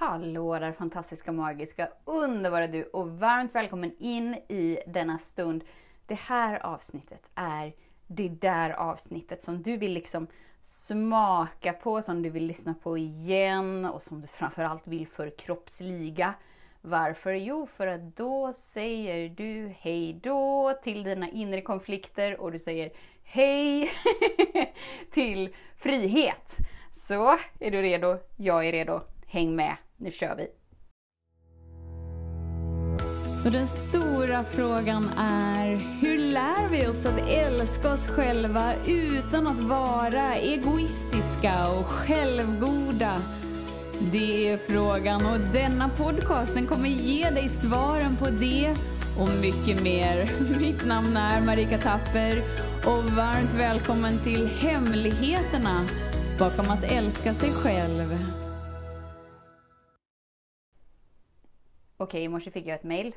Hallå där fantastiska, magiska, underbara du och varmt välkommen in i denna stund. Det här avsnittet är det där avsnittet som du vill liksom smaka på, som du vill lyssna på igen och som du framförallt vill förkroppsliga. Varför? Jo, för att då säger du hej då till dina inre konflikter och du säger hej till frihet. Så, är du redo? Jag är redo. Häng med, nu kör vi! Så den stora frågan är, hur lär vi oss att älska oss själva utan att vara egoistiska och självgoda? Det är frågan och denna podcast den kommer ge dig svaren på det och mycket mer. Mitt namn är Marika Tapper och varmt välkommen till hemligheterna bakom att älska sig själv. Okej, i morse fick jag ett mejl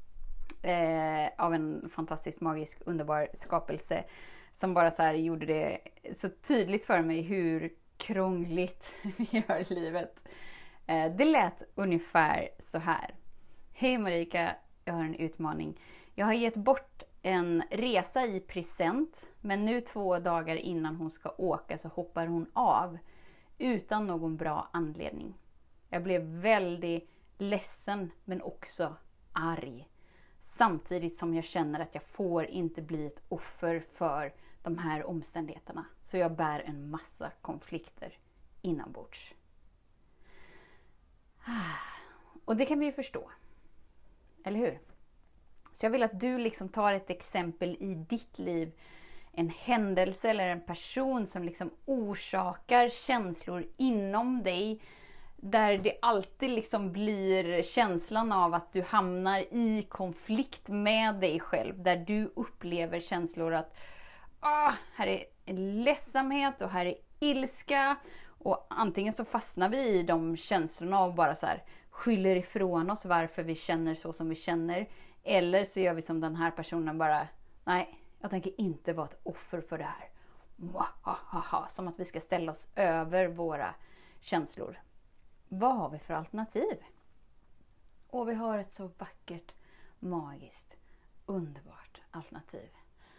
av en fantastisk, magisk, underbar skapelse som bara så här gjorde det så tydligt för mig hur krångligt vi gör livet. Det lät ungefär så här. Hej Marika, jag har en utmaning. Jag har gett bort en resa i present, men nu 2 dagar innan hon ska åka så hoppar hon av utan någon bra anledning. Jag blev väldigt ledsen men också arg. Samtidigt som jag känner att jag får inte bli ett offer för de här omständigheterna. Så jag bär en massa konflikter inombords. Och det kan vi ju förstå. Eller hur? Så jag vill att du liksom tar ett exempel i ditt liv. En händelse eller en person som liksom orsakar känslor inom dig. Där det alltid liksom blir känslan av att du hamnar i konflikt med dig själv. Där du upplever känslor att här är ledsamhet och här är ilska. Och antingen så fastnar vi i de känslorna och bara så här skyller ifrån oss varför vi känner så som vi känner. Eller så gör vi som den här personen bara, nej, jag tänker inte vara ett offer för det här. Som att vi ska ställa oss över våra känslor. Vad har vi för alternativ? Och vi har ett så vackert, magiskt, underbart alternativ.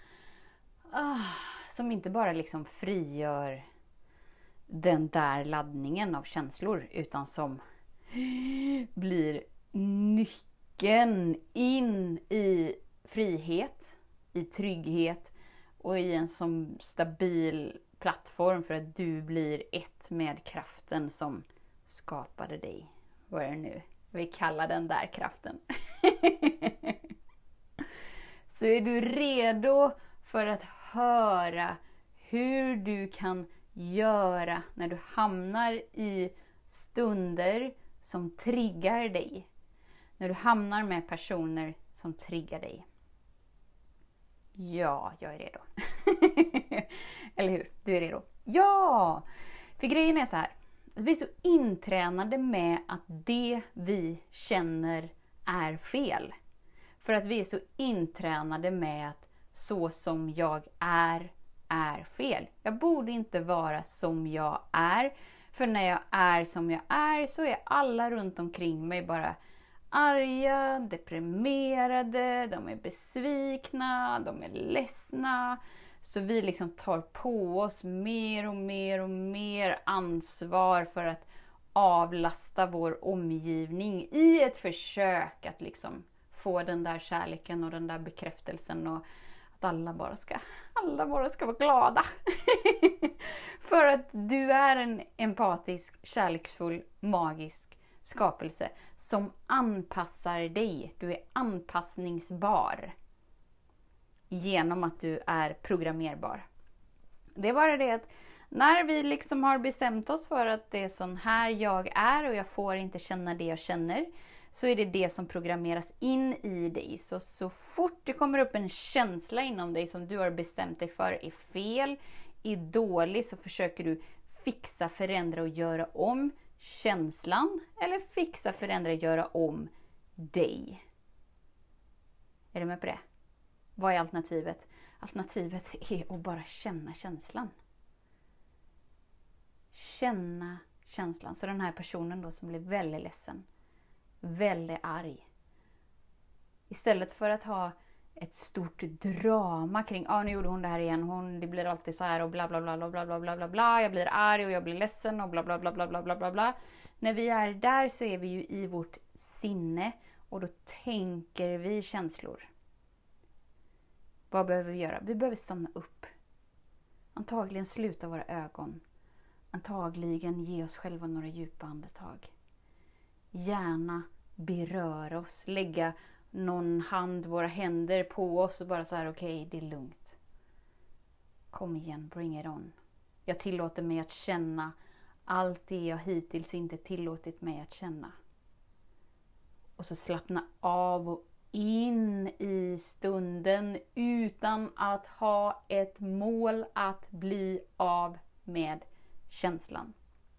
Som inte bara liksom frigör den där laddningen av känslor, utan som blir nyckeln in i frihet, i trygghet och i en som stabil plattform för att du blir ett med kraften som skapade dig. Vad är det nu vi kallar den där kraften? Så är du redo för att höra hur du kan göra när du hamnar i stunder som triggar dig. När du hamnar med personer som triggar dig. Ja, jag är redo. Eller hur? Du är redo. Ja! För grejen är så här. Vi är så intränade med att det vi känner är fel. För att vi är så intränade med att så som jag är fel. Jag borde inte vara som jag är. För när jag är som jag är så är alla runt omkring mig bara arga, deprimerade, de är besvikna, de är ledsna. Så vi liksom tar på oss mer och mer och mer ansvar för att avlasta vår omgivning i ett försök att liksom få den där kärleken och den där bekräftelsen och att alla bara ska vara glada. För att du är en empatisk, kärleksfull, magisk skapelse som anpassar dig. Du är anpassningsbar. Genom att du är programmerbar. Det är bara det att när vi liksom har bestämt oss för att det är sån här jag är och jag får inte känna det jag känner, så är det det som programmeras in i dig. Så fort det kommer upp en känsla inom dig som du har bestämt dig för är fel, är dålig, så försöker du fixa, förändra och göra om känslan. Eller fixa, förändra och göra om dig. Är du med på det? Vad är alternativet? Alternativet är att bara känna känslan. Känna känslan. Så den här personen då som blir väldigt ledsen, väldigt arg. Istället för att ha ett stort drama kring, nu gjorde hon det här igen, det blir alltid så här och bla bla bla bla bla bla bla bla, jag blir arg och jag blir ledsen och bla bla bla bla bla bla bla bla. När vi är där så är vi ju i vårt sinne och då tänker vi känslor. Vad behöver vi göra? Vi behöver stanna upp. Antagligen sluta våra ögon. Antagligen ge oss själva några djupa andetag. Gärna beröra oss, lägga någon hand, våra händer på oss och bara så här, okej, det är lugnt. Kom igen, bring it on. Jag tillåter mig att känna allt det jag hittills inte tillåtit mig att känna. Och så slappna av och in i stunden utan att ha ett mål att bli av med känslan.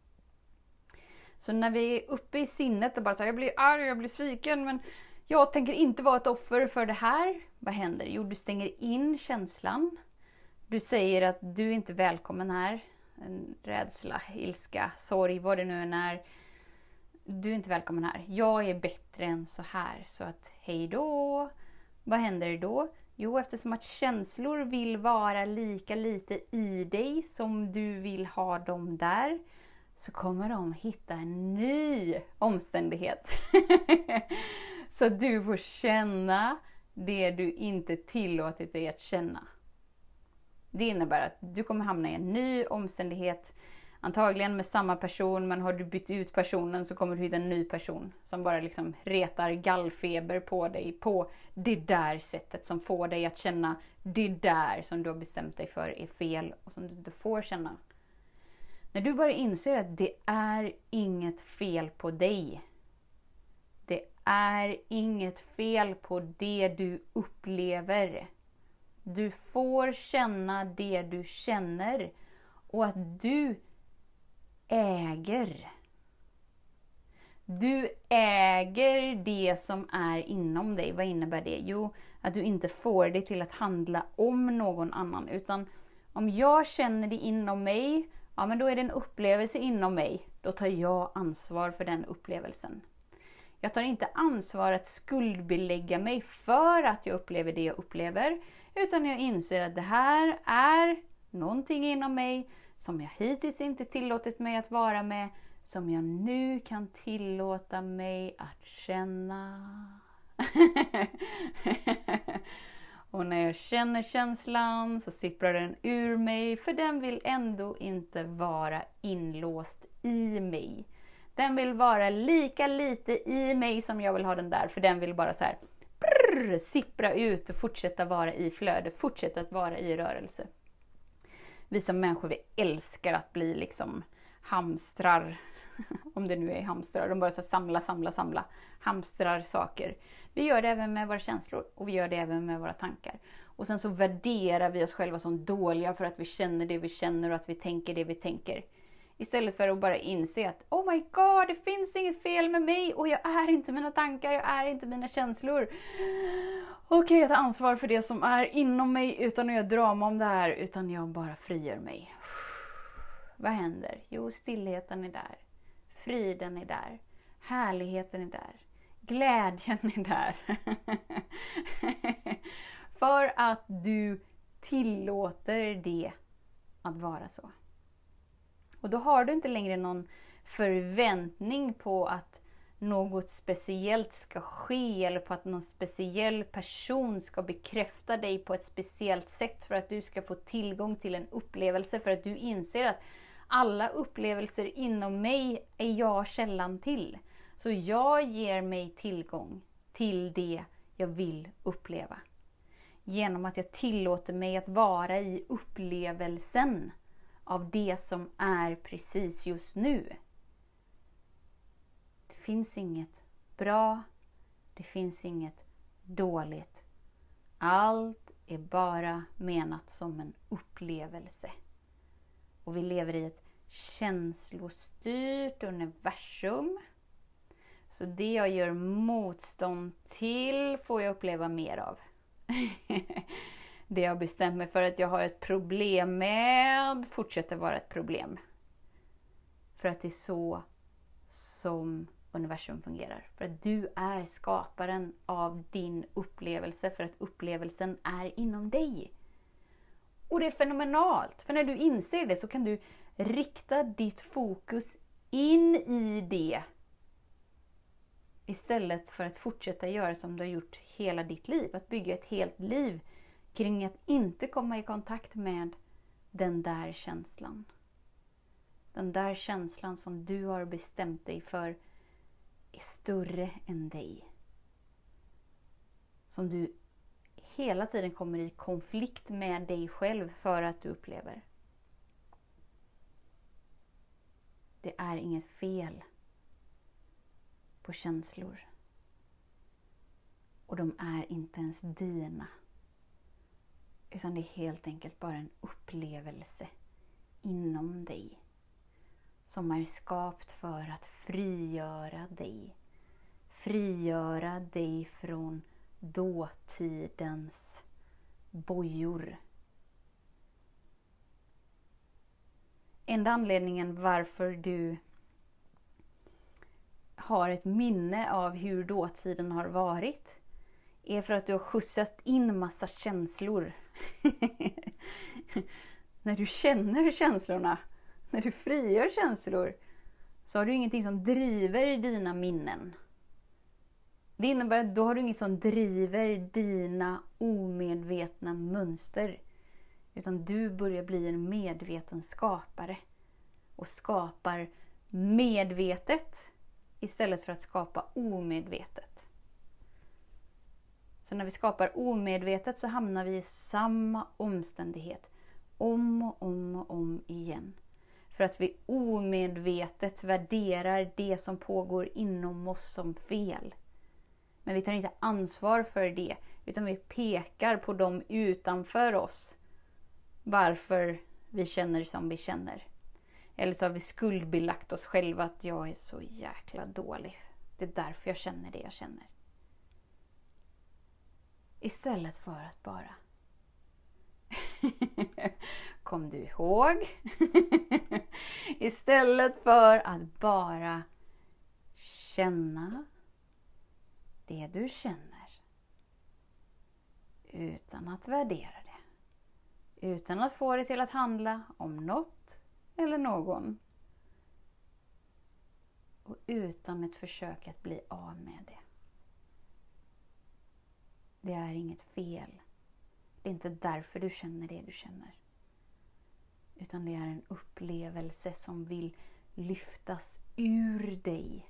Så när vi är uppe i sinnet och bara så här, jag blir arg, jag blir sviken, men jag tänker inte vara ett offer för det här. Vad händer? Jo, du stänger in känslan. Du säger att du är inte välkommen här. En rädsla, ilska, sorg, vad det nu än är. Du är inte välkommen här. Jag är bättre än så här. Så att hej då. Vad händer då? Jo, eftersom att känslor vill vara lika lite i dig som du vill ha dem där, så kommer de hitta en ny omständighet. Så du får känna det du inte tillåtit dig att känna. Det innebär att du kommer hamna i en ny omständighet. Antagligen med samma person, men har du bytt ut personen så kommer du hitta en ny person som bara liksom retar gallfeber på dig på det där sättet som får dig att känna det där som du har bestämt dig för är fel och som du inte får känna. När du bara inser att det är inget fel på dig. Det är inget fel på det du upplever. Du får känna det du känner och att du äger. Du äger det som är inom dig. Vad innebär det? Jo, att du inte får det till att handla om någon annan. Utan om jag känner det inom mig, ja men då är det en upplevelse inom mig. Då tar jag ansvar för den upplevelsen. Jag tar inte ansvar att skuldbelägga mig för att jag upplever det jag upplever. Utan jag inser att det här är någonting inom mig som jag hittills inte tillåtit mig att vara med. Som jag nu kan tillåta mig att känna. Och när jag känner känslan så sipprar den ur mig. För den vill ändå inte vara inlåst i mig. Den vill vara lika lite i mig som jag vill ha den där. För den vill bara så här sippra ut och fortsätta vara i flöde. Fortsätta att vara i rörelse. Vi som människor, vi älskar att bli liksom hamstrar. Om det nu är hamstrar. De bara så samla. Hamstrar saker. Vi gör det även med våra känslor. Och vi gör det även med våra tankar. Och sen så värderar vi oss själva som dåliga för att vi känner det vi känner och att vi tänker det vi tänker. Istället för att bara inse att oh my god, det finns inget fel med mig och jag är inte mina tankar, jag är inte mina känslor. Okej, jag tar ansvar för det som är inom mig utan att göra drama om det här, utan jag bara frigör mig. Vad händer? Jo, stillheten är där. Friden är där. Härligheten är där. Glädjen är där. För att du tillåter det att vara så. Och då har du inte längre någon förväntning på att något speciellt ska ske eller på att någon speciell person ska bekräfta dig på ett speciellt sätt för att du ska få tillgång till en upplevelse, för att du inser att alla upplevelser inom mig är jag källan till. Så jag ger mig tillgång till det jag vill uppleva. Genom att jag tillåter mig att vara i upplevelsen av det som är precis just nu. Det finns inget bra, det finns inget dåligt. Allt är bara menat som en upplevelse. Och vi lever i ett känslostyrt universum. Så det jag gör motstånd till får jag uppleva mer av. Det jag bestämt mig för att jag har ett problem med fortsätter vara ett problem. För att det är så som universum fungerar. För att du är skaparen av din upplevelse. För att upplevelsen är inom dig. Och det är fenomenalt. För när du inser det så kan du rikta ditt fokus in i det. Istället för att fortsätta göra som du har gjort hela ditt liv. Att bygga ett helt liv kring att inte komma i kontakt med den där känslan. Den där känslan som du har bestämt dig för är större än dig. Som du hela tiden kommer i konflikt med dig själv för att du upplever. Det är inget fel på känslor. Och de är inte ens dina. Utan det är helt enkelt bara en upplevelse inom dig. Som är skapt för att frigöra dig. Frigöra dig från dåtidens bojor. Enda anledningen varför du har ett minne av hur dåtiden har varit är för att du har skjutsat in massa känslor. När du känner känslorna, när du frigör känslor, så har du ingenting som driver dina minnen. Det innebär att då har du inget som driver dina omedvetna mönster. Utan du börjar bli en medveten skapare. Och skapar medvetet istället för att skapa omedvetet. Så när vi skapar omedvetet så hamnar vi i samma omständighet. Om och om och om igen. För att vi omedvetet värderar det som pågår inom oss som fel. Men vi tar inte ansvar för det. Utan vi pekar på dem utanför oss. Varför vi känner som vi känner. Eller så har vi skuldbelagt oss själva att jag är så jäkla dålig. Det är därför jag känner det jag känner. Istället för att bara... Kom du ihåg? Istället för att bara känna det du känner. Utan att värdera det. Utan att få det till att handla om något eller någon. Och utan ett försök att bli av med det. Det är inget fel. Det är inte därför du känner det du känner. Utan det är en upplevelse som vill lyftas ur dig.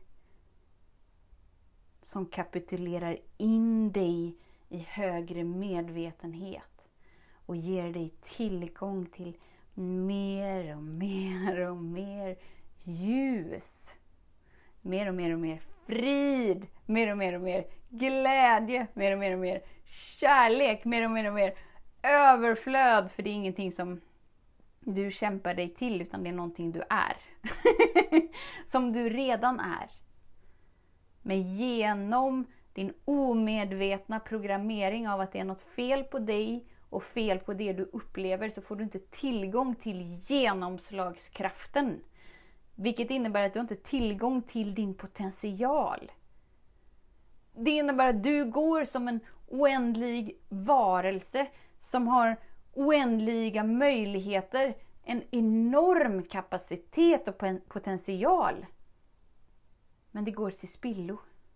Som kapitulerar in dig i högre medvetenhet. Och ger dig tillgång till mer och mer och mer ljus. Mer och mer och mer frid. Mer och mer glädje. Mer och mer kärlek. Mer och mer överflöd. För det är ingenting som du kämpar dig till, utan det är någonting du är. Som du redan är. Men genom din omedvetna programmering av att det är något fel på dig och fel på det du upplever, så får du inte tillgång till genomslagskraften. Vilket innebär att du inte har tillgång till din potential. Det innebär att du går som en oändlig varelse som har oändliga möjligheter, en enorm kapacitet och potential. Men det går till spillo.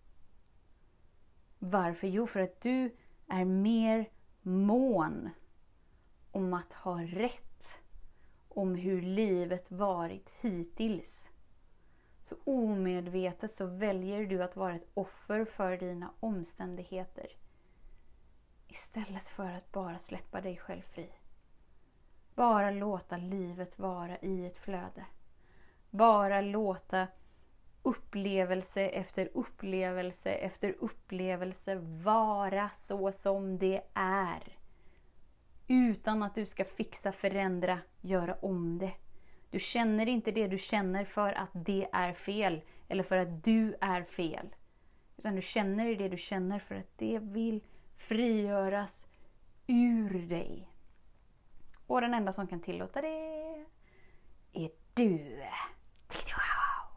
Varför? Jo, för att du är mer mån om att ha rätt om hur livet varit hittills. Så omedvetet så väljer du att vara ett offer för dina omständigheter. Istället för att bara släppa dig själv fri. Bara låta livet vara i ett flöde. Bara låta upplevelse efter upplevelse efter upplevelse vara så som det är. Utan att du ska fixa, förändra, göra om det. Du känner inte det du känner för att det är fel. Eller för att du är fel. Utan du känner det du känner för att det vill frigöras ur dig. Och den enda som kan tillåta det är du.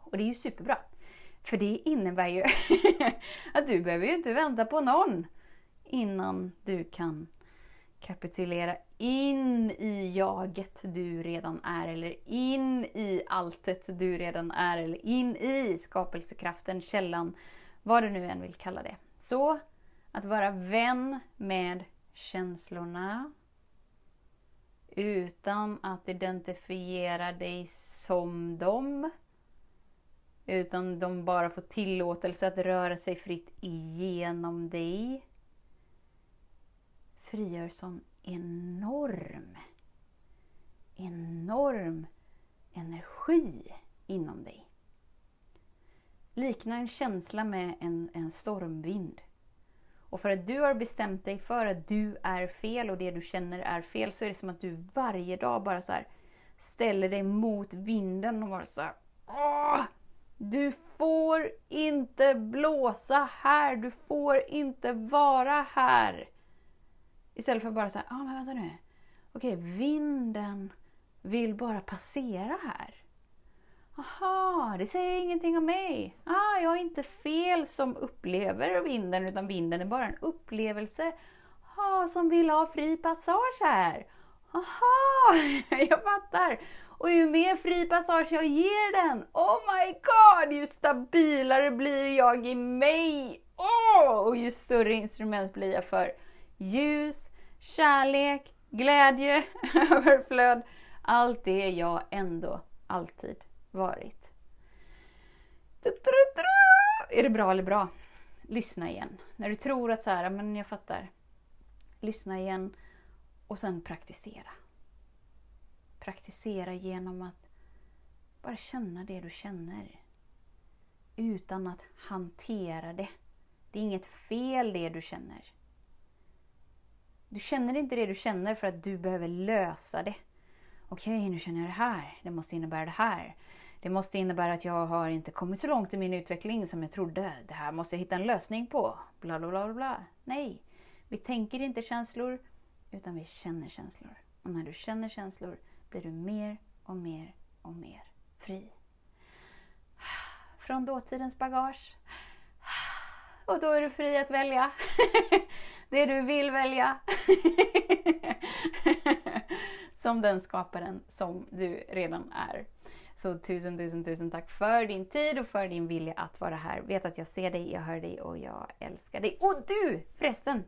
Och det är ju superbra. För det innebär ju att du behöver ju inte vänta på någon innan du kan kapitulera in i jaget du redan är, eller in i alltet du redan är, eller in i skapelsekraften, källan, vad du nu än vill kalla det. Så att vara vän med känslorna utan att identifiera dig som dem, utan de bara får tillåtelse att röra sig fritt igenom dig, frigör som enorm energi inom dig. Liknar en känsla med en stormvind. Och för att du har bestämt dig för att du är fel och det du känner är fel, så är det som att du varje dag bara så här ställer dig mot vinden och bara så här, du får inte blåsa här, du får inte vara här. Istället för bara så här, men vänta nu. Okej, vinden vill bara passera här. Aha, det säger ingenting om mig. Jag är inte fel som upplever vinden, utan vinden är bara en upplevelse som vill ha fri passage här. Aha, jag fattar. Och ju mer fri passage jag ger den, oh my god, ju stabilare blir jag i mig. Och ju större instrument blir jag för ljus, kärlek, glädje, överflöd. Allt det jag ändå alltid varit. Är det bra eller bra? Lyssna igen. När du tror att så här, men jag fattar. Lyssna igen och sen praktisera. Praktisera genom att bara känna det du känner. Utan att hantera det. Det är inget fel det du känner. Du känner inte det du känner för att du behöver lösa det. Okej, nu känner jag det här. Det måste innebära det här. Det måste innebära att jag har inte kommit så långt i min utveckling som jag trodde. Det här måste jag hitta en lösning på. Bla bla bla bla. Nej, vi tänker inte känslor utan vi känner känslor. Och när du känner känslor blir du mer och mer och mer fri. Från dåtidens bagage. Och då är du fri att välja. Det du vill välja. Som den skaparen som du redan är. Så tusen tack för din tid och för din vilja att vara här. Vet att jag ser dig, jag hör dig och jag älskar dig. Och du, förresten,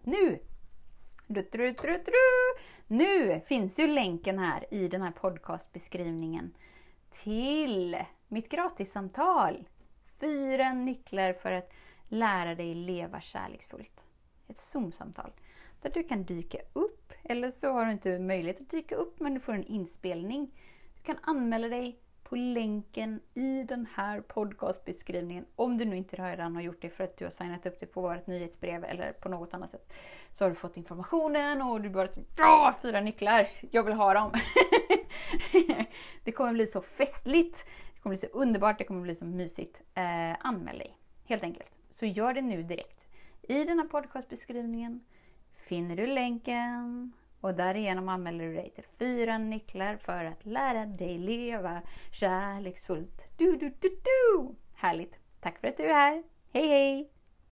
nu finns ju länken här i den här podcastbeskrivningen till mitt gratissamtal. 4 nycklar för att lära dig leva kärleksfullt. Ett Zoom-samtal där du kan dyka upp, eller så har du inte möjlighet att dyka upp men du får en inspelning. Du kan anmäla dig på länken i den här podcastbeskrivningen, om du nu inte redan har gjort det för att du har signat upp dig på vårt nyhetsbrev eller på något annat sätt. Så har du fått informationen och du bara 4 nycklar, jag vill ha dem. Det kommer bli så festligt, det kommer bli så underbart, det kommer bli så mysigt. Anmäl dig, helt enkelt. Så gör det nu direkt. I den här podcastbeskrivningen finner du länken. Och därigenom anmäler du dig till 4 nycklar för att lära dig leva kärleksfullt. Härligt. Tack för att du är här. Hej hej!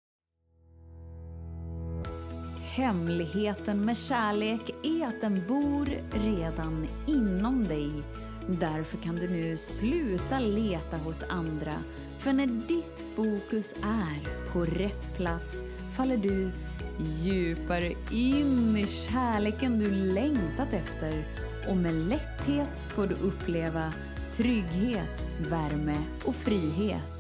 Hemligheten med kärlek är att den bor redan inom dig. Därför kan du nu sluta leta hos andra. För när ditt fokus är på rätt plats faller du djupare in i kärleken du längtat efter, och med lätthet får du uppleva trygghet, värme och frihet.